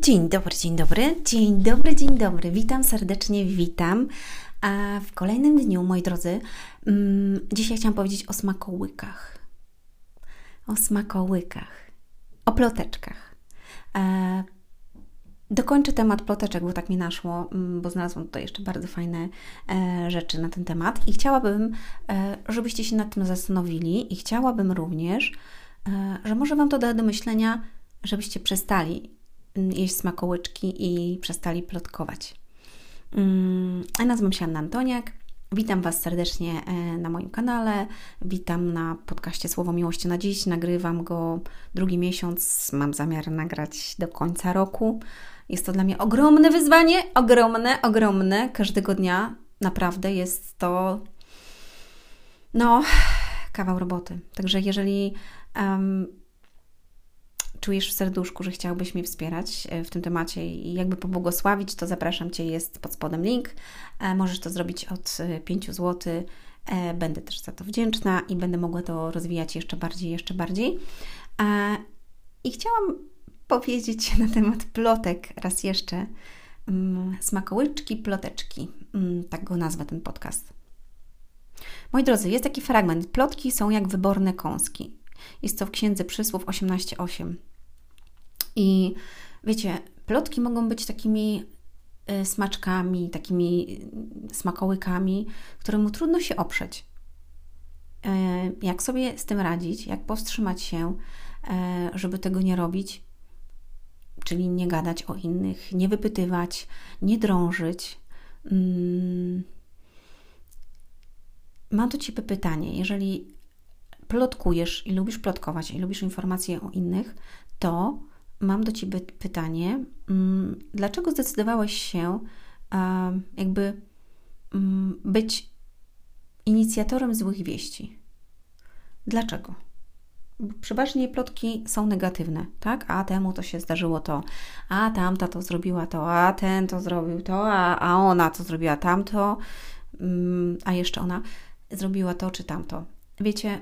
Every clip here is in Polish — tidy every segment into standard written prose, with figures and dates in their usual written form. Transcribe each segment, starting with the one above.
Dzień dobry, dzień dobry, dzień dobry, dzień dobry. Witam serdecznie, witam. A w kolejnym dniu, moi drodzy, dzisiaj chciałam powiedzieć o smakołykach. O smakołykach, o ploteczkach. Dokończę temat ploteczek, bo tak mi naszło, bo znalazłam tutaj jeszcze bardzo fajne rzeczy na ten temat i chciałabym, żebyście się nad tym zastanowili i chciałabym również, że może Wam to da do myślenia, żebyście przestali jeść smakołyczki i przestali plotkować. Nazywam się Anna Antoniak. Witam Was serdecznie na moim kanale. Witam na podcaście Słowo Miłości na dziś. Nagrywam go drugi miesiąc. Mam zamiar nagrać do końca roku. Jest to dla mnie ogromne wyzwanie. Ogromne. Każdego dnia naprawdę jest to kawał roboty. Także jeżeli czujesz w serduszku, że chciałbyś mnie wspierać w tym temacie i jakby pobłogosławić, to zapraszam Cię, jest pod spodem link. Możesz to zrobić od 5 zł. Będę też za to wdzięczna i będę mogła to rozwijać jeszcze bardziej. I chciałam powiedzieć na temat plotek raz jeszcze. Smakołyczki, ploteczki. Tak go nazwę ten podcast. Moi drodzy, jest taki fragment. Plotki są jak wyborne kąski. Jest to w Księdze Przysłów 18:8. I wiecie, plotki mogą być takimi smaczkami, takimi smakołykami, któremu trudno się oprzeć. Jak sobie z tym radzić, jak powstrzymać się, żeby tego nie robić, czyli nie gadać o innych, nie wypytywać, nie drążyć. Mam do Ciebie pytanie. Jeżeli plotkujesz i lubisz plotkować i lubisz informacje o innych, to mam do Ciebie pytanie, dlaczego zdecydowałeś się być inicjatorem złych wieści? Dlaczego? Przeważnie plotki są negatywne, tak? A temu to się zdarzyło to, a tamta to zrobiła to, a ten to zrobił to, a ona to zrobiła tamto, a jeszcze ona zrobiła to czy tamto. Wiecie,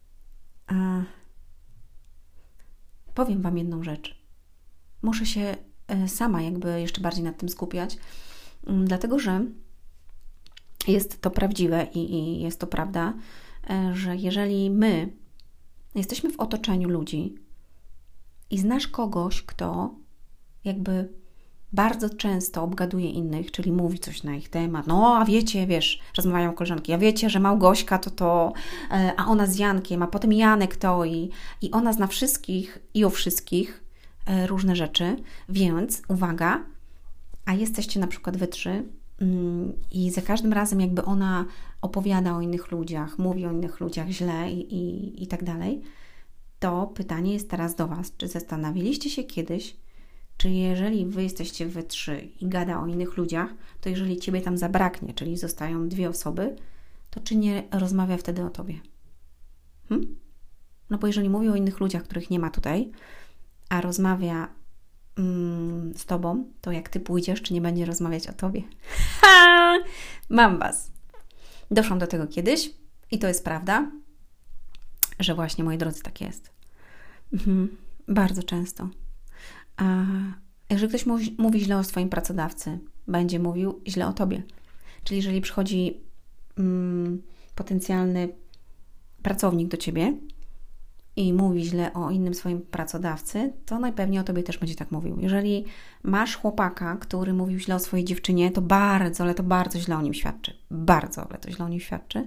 powiem Wam jedną rzecz. Muszę się sama jakby jeszcze bardziej nad tym skupiać, dlatego że jest to prawdziwe i jest to prawda, że jeżeli my jesteśmy w otoczeniu ludzi i znasz kogoś, kto jakby bardzo często obgaduje innych, czyli mówi coś na ich temat. No, a wiecie, rozmawiają koleżanki, a wiecie, że Małgośka to, a ona z Jankiem, a potem Janek to i ona zna wszystkich i o wszystkich różne rzeczy, więc uwaga, a jesteście na przykład wy trzy i za każdym razem jakby ona opowiada o innych ludziach, mówi o innych ludziach źle i tak dalej, to pytanie jest teraz do Was, czy zastanawialiście się kiedyś, czy jeżeli Wy jesteście we trzy i gada o innych ludziach, to jeżeli Ciebie tam zabraknie, czyli zostają 2 osoby, to czy nie rozmawia wtedy o Tobie? No bo jeżeli mówi o innych ludziach, których nie ma tutaj, a rozmawia z Tobą, to jak Ty pójdziesz, czy nie będzie rozmawiać o Tobie? Mam Was! Doszłam do tego kiedyś i to jest prawda, że właśnie, moi drodzy, tak jest. Bardzo często. A jeżeli ktoś mówi źle o swoim pracodawcy, będzie mówił źle o Tobie. Czyli jeżeli przychodzi potencjalny pracownik do Ciebie i mówi źle o innym swoim pracodawcy, to najpewniej o Tobie też będzie tak mówił. Jeżeli masz chłopaka, który mówił źle o swojej dziewczynie, to bardzo, ale to bardzo źle o nim świadczy. Bardzo, ale to źle o nim świadczy.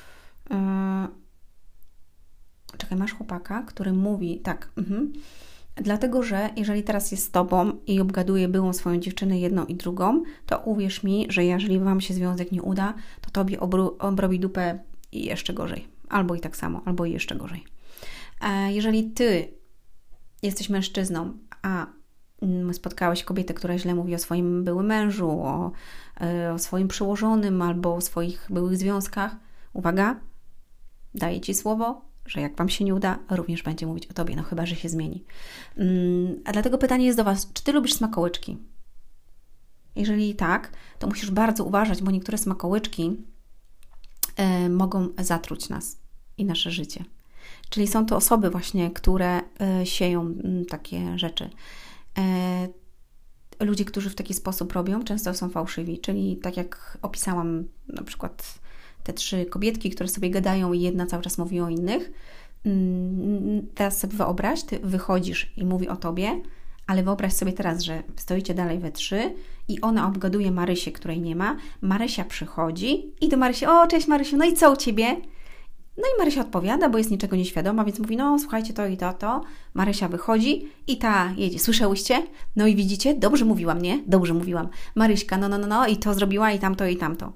Masz chłopaka, który mówi tak, dlatego, że jeżeli teraz jest z Tobą i obgaduje byłą swoją dziewczynę jedną i drugą, to uwierz mi, że jeżeli Wam się związek nie uda, to Tobie obrobi dupę i jeszcze gorzej. Albo i tak samo, albo i jeszcze gorzej. Jeżeli Ty jesteś mężczyzną, a spotkałeś kobietę, która źle mówi o swoim byłym mężu, o swoim przełożonym albo o swoich byłych związkach, uwaga, daję Ci słowo, że jak Wam się nie uda, również będzie mówić o Tobie, no chyba, że się zmieni. A dlatego pytanie jest do Was, czy Ty lubisz smakołyczki? Jeżeli tak, to musisz bardzo uważać, bo niektóre smakołyczki mogą zatruć nas i nasze życie. Czyli są to osoby właśnie, które sieją takie rzeczy. ludzie, którzy w taki sposób robią, często są fałszywi, czyli tak jak opisałam na przykład te 3 kobietki, które sobie gadają i jedna cały czas mówi o innych. Teraz sobie wyobraź, ty wychodzisz i mówi o tobie, ale wyobraź sobie teraz, że stoicie dalej we 3 i ona obgaduje Marysię, której nie ma. Marysia przychodzi i do Marysi: o, cześć Marysiu, no i co u ciebie? No i Marysia odpowiada, bo jest niczego nieświadoma, więc mówi: no słuchajcie, to i to. Marysia wychodzi i ta jedzie: słyszałyście? No i widzicie? Dobrze mówiłam, nie? Dobrze mówiłam. Maryśka, no i to zrobiła i tamto i tamto.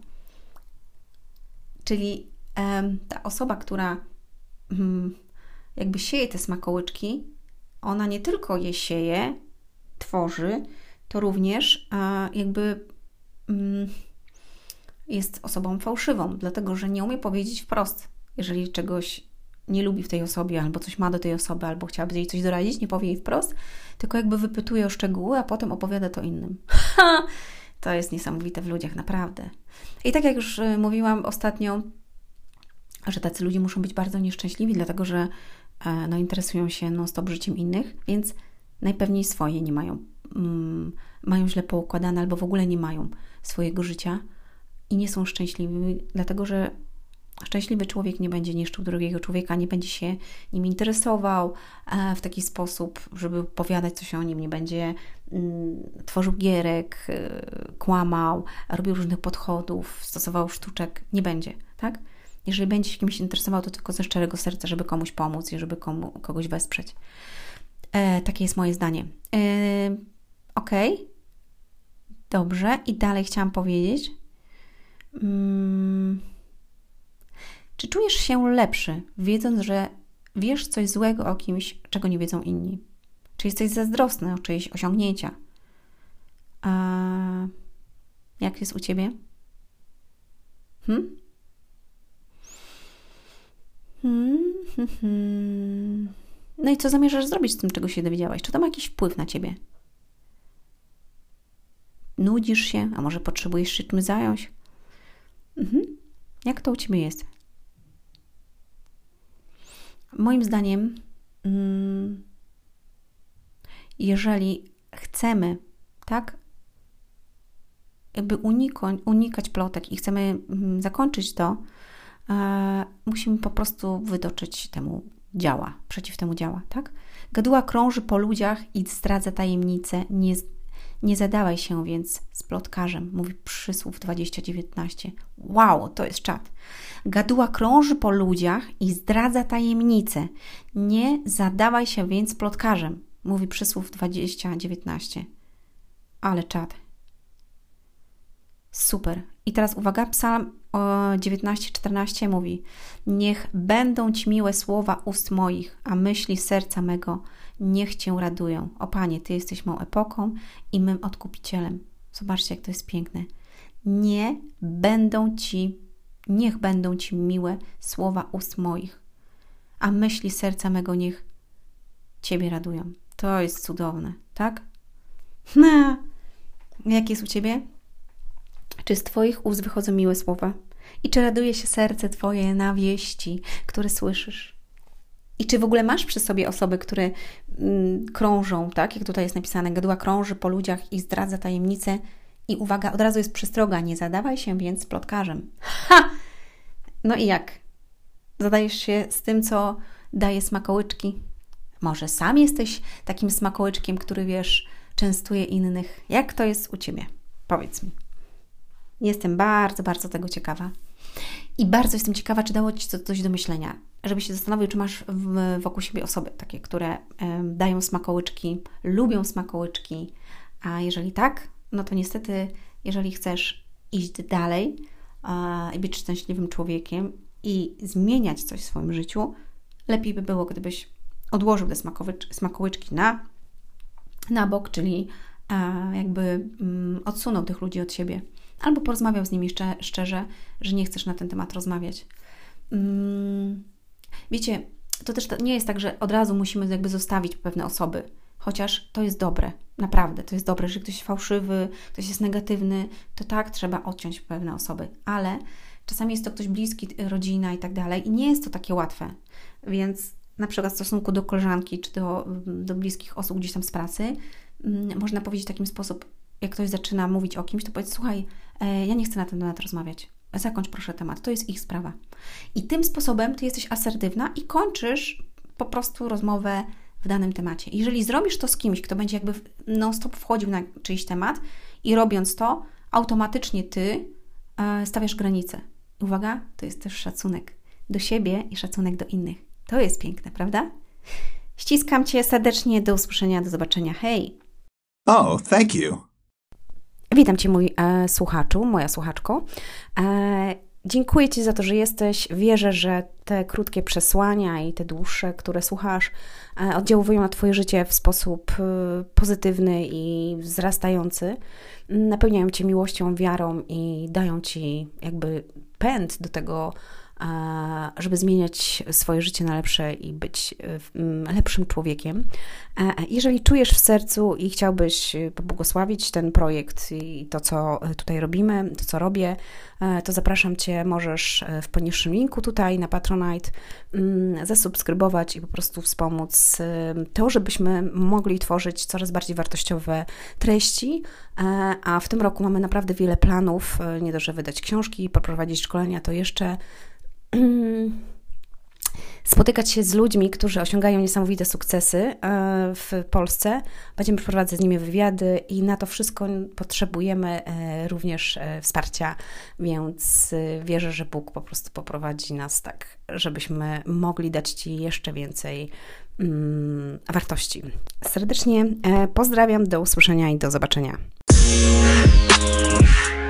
Czyli ta osoba, która jakby sieje te smakołyczki, ona nie tylko je sieje, tworzy, to również jakby jest osobą fałszywą, dlatego że nie umie powiedzieć wprost. Jeżeli czegoś nie lubi w tej osobie, albo coś ma do tej osoby, albo chciałaby jej coś doradzić, nie powie jej wprost, tylko jakby wypytuje o szczegóły, a potem opowiada to innym. To jest niesamowite w ludziach, naprawdę. I tak jak już mówiłam ostatnio, że tacy ludzie muszą być bardzo nieszczęśliwi, dlatego że interesują się non-stop życiem innych, więc najpewniej swoje nie mają. Mają źle poukładane albo w ogóle nie mają swojego życia i nie są szczęśliwi, dlatego że szczęśliwy człowiek nie będzie niszczył drugiego człowieka, nie będzie się nim interesował w taki sposób, żeby opowiadać coś o nim, nie będzie tworzył gierek, kłamał, robił różnych podchodów, stosował sztuczek. Nie będzie, tak? Jeżeli będzie się kimś interesował, to tylko ze szczerego serca, żeby komuś pomóc i żeby kogoś wesprzeć. Takie jest moje zdanie. Okej. Dobrze. I dalej chciałam powiedzieć. Czy czujesz się lepszy, wiedząc, że wiesz coś złego o kimś, czego nie wiedzą inni? Czy jesteś zazdrosny o czyjeś osiągnięcia? Jak jest u Ciebie? No i co zamierzasz zrobić z tym, czego się dowiedziałaś? Czy to ma jakiś wpływ na Ciebie? Nudzisz się? A może potrzebujesz się czymś zająć? Jak to u Ciebie jest? Moim zdaniem, jeżeli chcemy, tak, jakby unikać plotek i chcemy zakończyć to, musimy po prostu wytoczyć temu działa, przeciw temu działa, tak? Gaduła krąży po ludziach i zdradza tajemnice. Nie zadawaj się więc z plotkarzem, mówi Przysłów 20:19. Wow, to jest czad. Gaduła krąży po ludziach i zdradza tajemnice. Nie zadawaj się więc z plotkarzem, mówi Przysłów 20:19. Ale czad. Super. I teraz uwaga, Psalm 19:14 mówi: niech będą Ci miłe słowa ust moich, a myśli serca mego niech Cię radują. O Panie, Ty jesteś mą epoką i mym odkupicielem. Zobaczcie, jak to jest piękne. Niech będą Ci miłe słowa ust moich, a myśli serca mego niech Ciebie radują. To jest cudowne, tak? Jak jest u Ciebie? Czy z Twoich ust wychodzą miłe słowa? I czy raduje się serce Twoje na wieści, które słyszysz? I czy w ogóle masz przy sobie osoby, które krążą, tak? Jak tutaj jest napisane, gaduła krąży po ludziach i zdradza tajemnice. I uwaga, od razu jest przestroga, nie zadawaj się więc plotkarzem. No i jak? Zadajesz się z tym, co daje smakołyczki? Może sam jesteś takim smakołyczkiem, który, wiesz, częstuje innych. Jak to jest u Ciebie? Powiedz mi. Jestem bardzo, bardzo tego ciekawa. I bardzo jestem ciekawa, czy dało Ci coś do myślenia, żeby się zastanowił, czy masz wokół siebie osoby takie, które dają smakołyczki, lubią smakołyczki, a jeżeli tak, no to niestety, jeżeli chcesz iść dalej i być szczęśliwym człowiekiem i zmieniać coś w swoim życiu, lepiej by było, gdybyś odłożył te smakołyczki na bok, czyli jakby odsunął tych ludzi od siebie. Albo porozmawiał z nimi szczerze, że nie chcesz na ten temat rozmawiać. Wiecie, to też nie jest tak, że od razu musimy jakby zostawić pewne osoby. Chociaż to jest dobre, naprawdę, to jest dobre. Jeżeli ktoś jest fałszywy, ktoś jest negatywny, to tak, trzeba odciąć pewne osoby. Ale czasami jest to ktoś bliski, rodzina i tak dalej i nie jest to takie łatwe. Więc na przykład w stosunku do koleżanki czy do bliskich osób gdzieś tam z pracy, można powiedzieć w taki sposób, jak ktoś zaczyna mówić o kimś, to powiedz, słuchaj, ja nie chcę na ten temat rozmawiać. Zakończ proszę temat, to jest ich sprawa. I tym sposobem Ty jesteś asertywna i kończysz po prostu rozmowę w danym temacie. Jeżeli zrobisz to z kimś, kto będzie jakby non-stop wchodził na czyjś temat i robiąc to, automatycznie Ty stawiasz granice. Uwaga, to jest też szacunek do siebie i szacunek do innych. To jest piękne, prawda? Ściskam Cię serdecznie, do usłyszenia, do zobaczenia. Hej! Oh, thank you. Witam Cię, mój słuchaczu, moja słuchaczko. Dziękuję Ci za to, że jesteś. Wierzę, że te krótkie przesłania i te dłuższe, które słuchasz, oddziałują na Twoje życie w sposób pozytywny i wzrastający. Napełniają Cię miłością, wiarą i dają Ci jakby pęd do tego, żeby zmieniać swoje życie na lepsze i być lepszym człowiekiem. Jeżeli czujesz w sercu i chciałbyś pobłogosławić ten projekt i to, co tutaj robimy, to, co robię, to zapraszam Cię, możesz w poniższym linku tutaj na Patronite zasubskrybować i po prostu wspomóc to, żebyśmy mogli tworzyć coraz bardziej wartościowe treści, a w tym roku mamy naprawdę wiele planów, nie dość, że wydać książki, poprowadzić szkolenia, to jeszcze spotykać się z ludźmi, którzy osiągają niesamowite sukcesy w Polsce. Będziemy przeprowadzać z nimi wywiady i na to wszystko potrzebujemy również wsparcia, więc wierzę, że Bóg po prostu poprowadzi nas tak, żebyśmy mogli dać Ci jeszcze więcej wartości. Serdecznie pozdrawiam, do usłyszenia i do zobaczenia.